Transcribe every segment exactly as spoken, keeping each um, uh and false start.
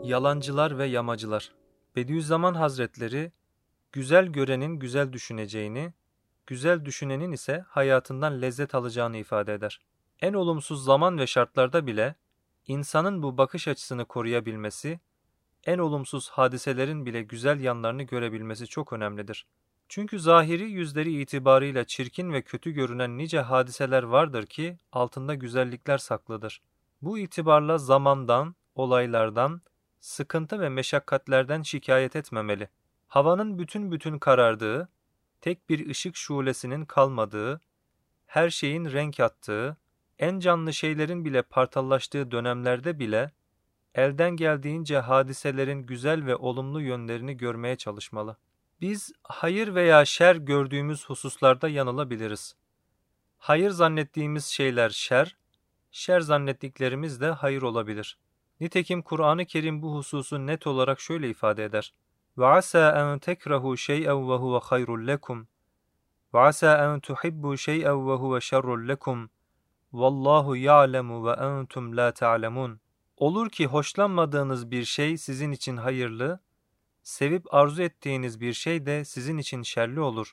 Yalancılar ve yamacılar. Bediüzzaman Hazretleri, güzel görenin güzel düşüneceğini, güzel düşünenin ise hayatından lezzet alacağını ifade eder. En olumsuz zaman ve şartlarda bile insanın bu bakış açısını koruyabilmesi, en olumsuz hadiselerin bile güzel yanlarını görebilmesi çok önemlidir. Çünkü zahiri yüzleri itibarıyla çirkin ve kötü görünen nice hadiseler vardır ki altında güzellikler saklıdır. Bu itibarla zamandan, olaylardan, sıkıntı ve meşakkatlerden şikayet etmemeli. Havanın bütün bütün karardığı, tek bir ışık şulesinin kalmadığı, her şeyin renk attığı, en canlı şeylerin bile partallaştığı dönemlerde bile elden geldiğince hadiselerin güzel ve olumlu yönlerini görmeye çalışmalı. Biz hayır veya şer gördüğümüz hususlarda yanılabiliriz. Hayır zannettiğimiz şeyler şer, şer zannettiklerimiz de hayır olabilir. Nitekim Kur'an-ı Kerim bu hususu net olarak şöyle ifade eder. وَعَسَى أَنْ تَكْرَهُوا شَيْئًا وَهُوَ خَيْرٌ لَكُمْ وَعَسَى أَنْ تُحِبُّوا شَيْئًا وَهُوَ شَرٌ لَكُمْ وَاللّٰهُ يَعْلَمُ وَأَنْتُمْ لَا تَعْلَمُونَ. Olur ki hoşlanmadığınız bir şey sizin için hayırlı, sevip arzu ettiğiniz bir şey de sizin için şerli olur.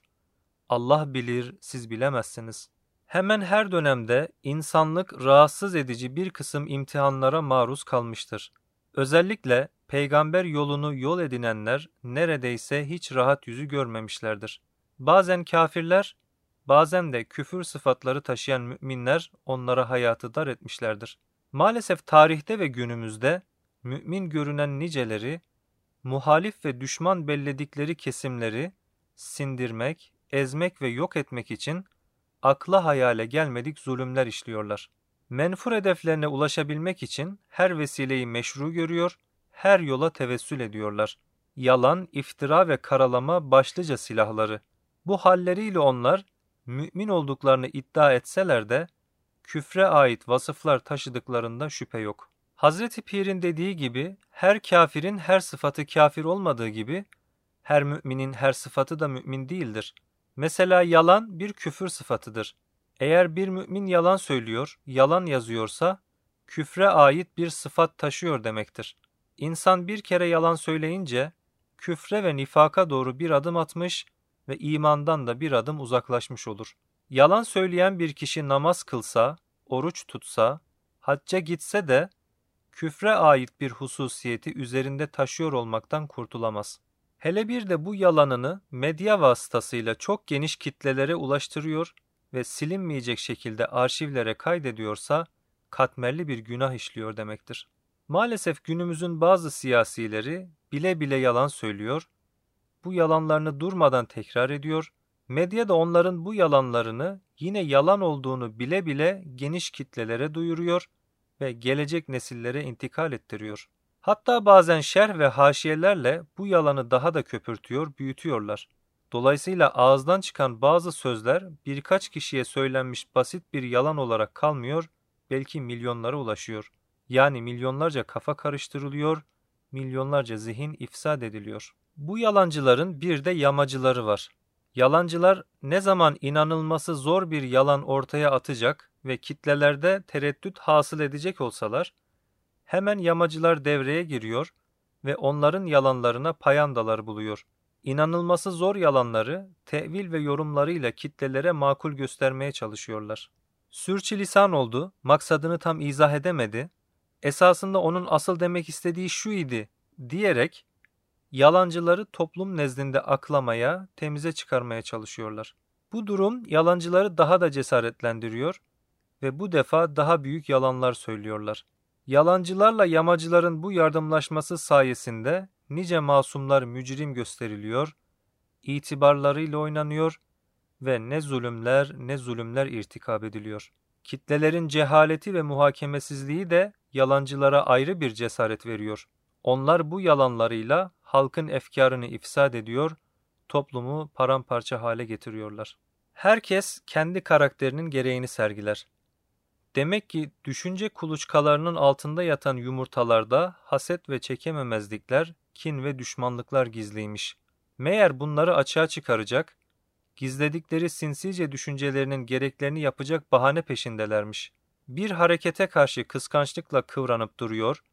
Allah bilir, siz bilemezsiniz. Hemen her dönemde insanlık rahatsız edici bir kısım imtihanlara maruz kalmıştır. Özellikle peygamber yolunu yol edinenler neredeyse hiç rahat yüzü görmemişlerdir. Bazen kafirler, bazen de küfür sıfatları taşıyan müminler onlara hayatı dar etmişlerdir. Maalesef tarihte ve günümüzde mümin görünen niceleri, muhalif ve düşman belledikleri kesimleri sindirmek, ezmek ve yok etmek için akla hayale gelmedik zulümler işliyorlar. Menfur hedeflerine ulaşabilmek için her vesileyi meşru görüyor, her yola tevessül ediyorlar. Yalan, iftira ve karalama başlıca silahları. Bu halleriyle onlar, mümin olduklarını iddia etseler de, küfre ait vasıflar taşıdıklarında şüphe yok. Hazreti Pir'in dediği gibi, her kafirin her sıfatı kafir olmadığı gibi, her müminin her sıfatı da mümin değildir. Mesela yalan bir küfür sıfatıdır. Eğer bir mümin yalan söylüyor, yalan yazıyorsa, küfre ait bir sıfat taşıyor demektir. İnsan bir kere yalan söyleyince, küfre ve nifaka doğru bir adım atmış ve imandan da bir adım uzaklaşmış olur. Yalan söyleyen bir kişi namaz kılsa, oruç tutsa, hacca gitse de, küfre ait bir hususiyeti üzerinde taşıyor olmaktan kurtulamaz. Hele bir de bu yalanını medya vasıtasıyla çok geniş kitlelere ulaştırıyor ve silinmeyecek şekilde arşivlere kaydediyorsa katmerli bir günah işliyor demektir. Maalesef günümüzün bazı siyasileri bile bile yalan söylüyor, bu yalanlarını durmadan tekrar ediyor, medya da onların bu yalanlarını yine yalan olduğunu bile bile geniş kitlelere duyuruyor ve gelecek nesillere intikal ettiriyor. Hatta bazen şerh ve haşiyelerle bu yalanı daha da köpürtüyor, büyütüyorlar. Dolayısıyla ağızdan çıkan bazı sözler birkaç kişiye söylenmiş basit bir yalan olarak kalmıyor, belki milyonlara ulaşıyor. Yani milyonlarca kafa karıştırılıyor, milyonlarca zihin ifsad ediliyor. Bu yalancıların bir de yamacıları var. Yalancılar ne zaman inanılması zor bir yalan ortaya atacak ve kitlelerde tereddüt hasıl edecek olsalar, hemen yamacılar devreye giriyor ve onların yalanlarına payandalar buluyor. İnanılması zor yalanları tevil ve yorumlarıyla kitlelere makul göstermeye çalışıyorlar. Sürçülisan oldu, maksadını tam izah edemedi, esasında onun asıl demek istediği şu idi diyerek yalancıları toplum nezdinde aklamaya, temize çıkarmaya çalışıyorlar. Bu durum yalancıları daha da cesaretlendiriyor ve bu defa daha büyük yalanlar söylüyorlar. Yalancılarla yamacıların bu yardımlaşması sayesinde nice masumlar mücrim gösteriliyor, itibarlarıyla oynanıyor ve ne zulümler ne zulümler irtikab ediliyor. Kitlelerin cehaleti ve muhakemesizliği de yalancılara ayrı bir cesaret veriyor. Onlar bu yalanlarıyla halkın efkarını ifsad ediyor, toplumu paramparça hale getiriyorlar. Herkes kendi karakterinin gereğini sergiler. Demek ki düşünce kuluçkalarının altında yatan yumurtalarda haset ve çekememezlikler, kin ve düşmanlıklar gizliymiş. Meğer bunları açığa çıkaracak, gizledikleri sinsice düşüncelerinin gereklerini yapacak bahane peşindelermiş. Bir harekete karşı kıskançlıkla kıvranıp duruyor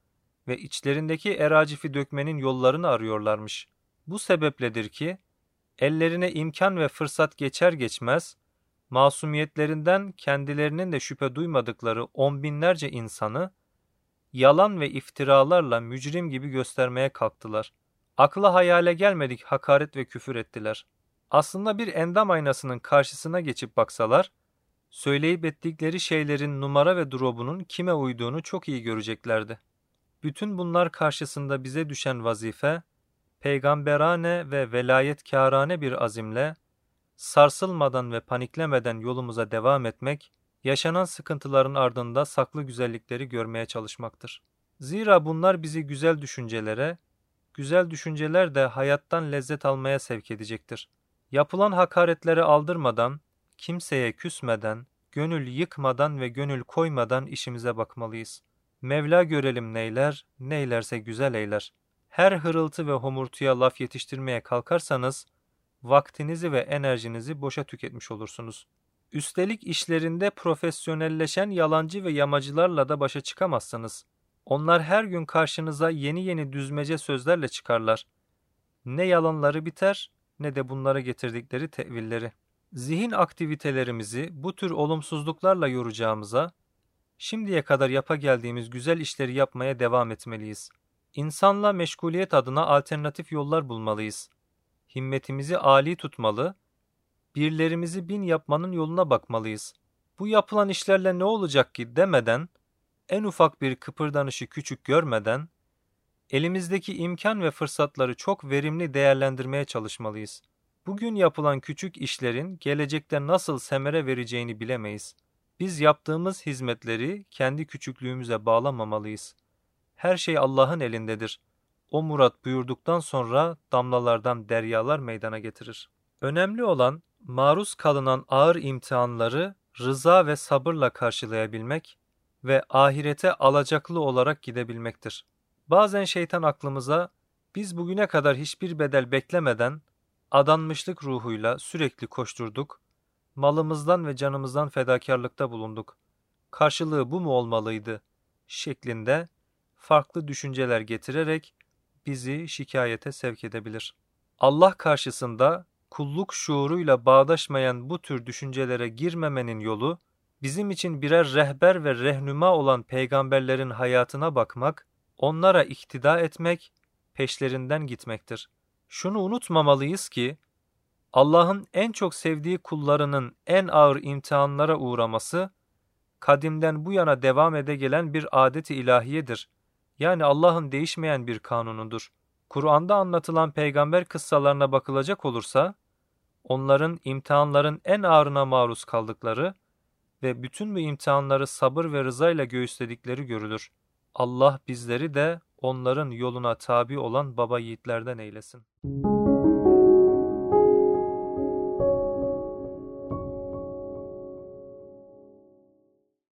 ve içlerindeki eracifi dökmenin yollarını arıyorlarmış. Bu sebepledir ki, ellerine imkan ve fırsat geçer geçmez, masumiyetlerinden kendilerinin de şüphe duymadıkları on binlerce insanı, yalan ve iftiralarla mücrim gibi göstermeye kalktılar. Akla hayale gelmedik hakaret ve küfür ettiler. Aslında bir endam aynasının karşısına geçip baksalar, söyleyip ettikleri şeylerin numara ve drobunun kime uyduğunu çok iyi göreceklerdi. Bütün bunlar karşısında bize düşen vazife, peygamberane ve velayetkârane bir azimle, sarsılmadan ve paniklemeden yolumuza devam etmek, yaşanan sıkıntıların ardında saklı güzellikleri görmeye çalışmaktır. Zira bunlar bizi güzel düşüncelere, güzel düşünceler de hayattan lezzet almaya sevk edecektir. Yapılan hakaretlere aldırmadan, kimseye küsmeden, gönül yıkmadan ve gönül koymadan işimize bakmalıyız. Mevla görelim neyler, neylerse güzel eyler. Her hırıltı ve homurtuya laf yetiştirmeye kalkarsanız, vaktinizi ve enerjinizi boşa tüketmiş olursunuz. Üstelik işlerinde profesyonelleşen yalancı ve yamacılarla da başa çıkamazsınız. Onlar her gün karşınıza yeni yeni düzmece sözlerle çıkarlar. Ne yalanları biter, ne de bunlara getirdikleri tevilleri. Zihin aktivitelerimizi bu tür olumsuzluklarla yoracağımıza, şimdiye kadar yapa geldiğimiz güzel işleri yapmaya devam etmeliyiz. İnsanla meşguliyet adına alternatif yollar bulmalıyız. Himmetimizi âli tutmalı, birlerimizi bin yapmanın yoluna bakmalıyız. Bu yapılan işlerle ne olacak ki demeden, en ufak bir kıpırdanışı küçük görmeden, elimizdeki imkan ve fırsatları çok verimli değerlendirmeye çalışmalıyız. Bugün yapılan küçük işlerin gelecekte nasıl semere vereceğini bilemeyiz. Biz yaptığımız hizmetleri kendi küçüklüğümüze bağlamamalıyız. Her şey Allah'ın elindedir. O murat buyurduktan sonra damlalardan deryalar meydana getirir. Önemli olan maruz kalınan ağır imtihanları rıza ve sabırla karşılayabilmek ve ahirete alacaklı olarak gidebilmektir. Bazen şeytan aklımıza biz bugüne kadar hiçbir bedel beklemeden adanmışlık ruhuyla sürekli koşturduk, malımızdan ve canımızdan fedakarlıkta bulunduk. Karşılığı bu mu olmalıydı? Şeklinde farklı düşünceler getirerek bizi şikayete sevk edebilir. Allah karşısında kulluk şuuruyla bağdaşmayan bu tür düşüncelere girmemenin yolu, bizim için birer rehber ve rehnuma olan peygamberlerin hayatına bakmak, onlara iktida etmek, peşlerinden gitmektir. Şunu unutmamalıyız ki, Allah'ın en çok sevdiği kullarının en ağır imtihanlara uğraması, kadimden bu yana devam ede gelen bir adet-i ilahiyedir. Yani Allah'ın değişmeyen bir kanunudur. Kur'an'da anlatılan peygamber kıssalarına bakılacak olursa, onların imtihanların en ağırına maruz kaldıkları ve bütün bu imtihanları sabır ve rızayla göğüsledikleri görülür. Allah bizleri de onların yoluna tabi olan baba yiğitlerden eylesin.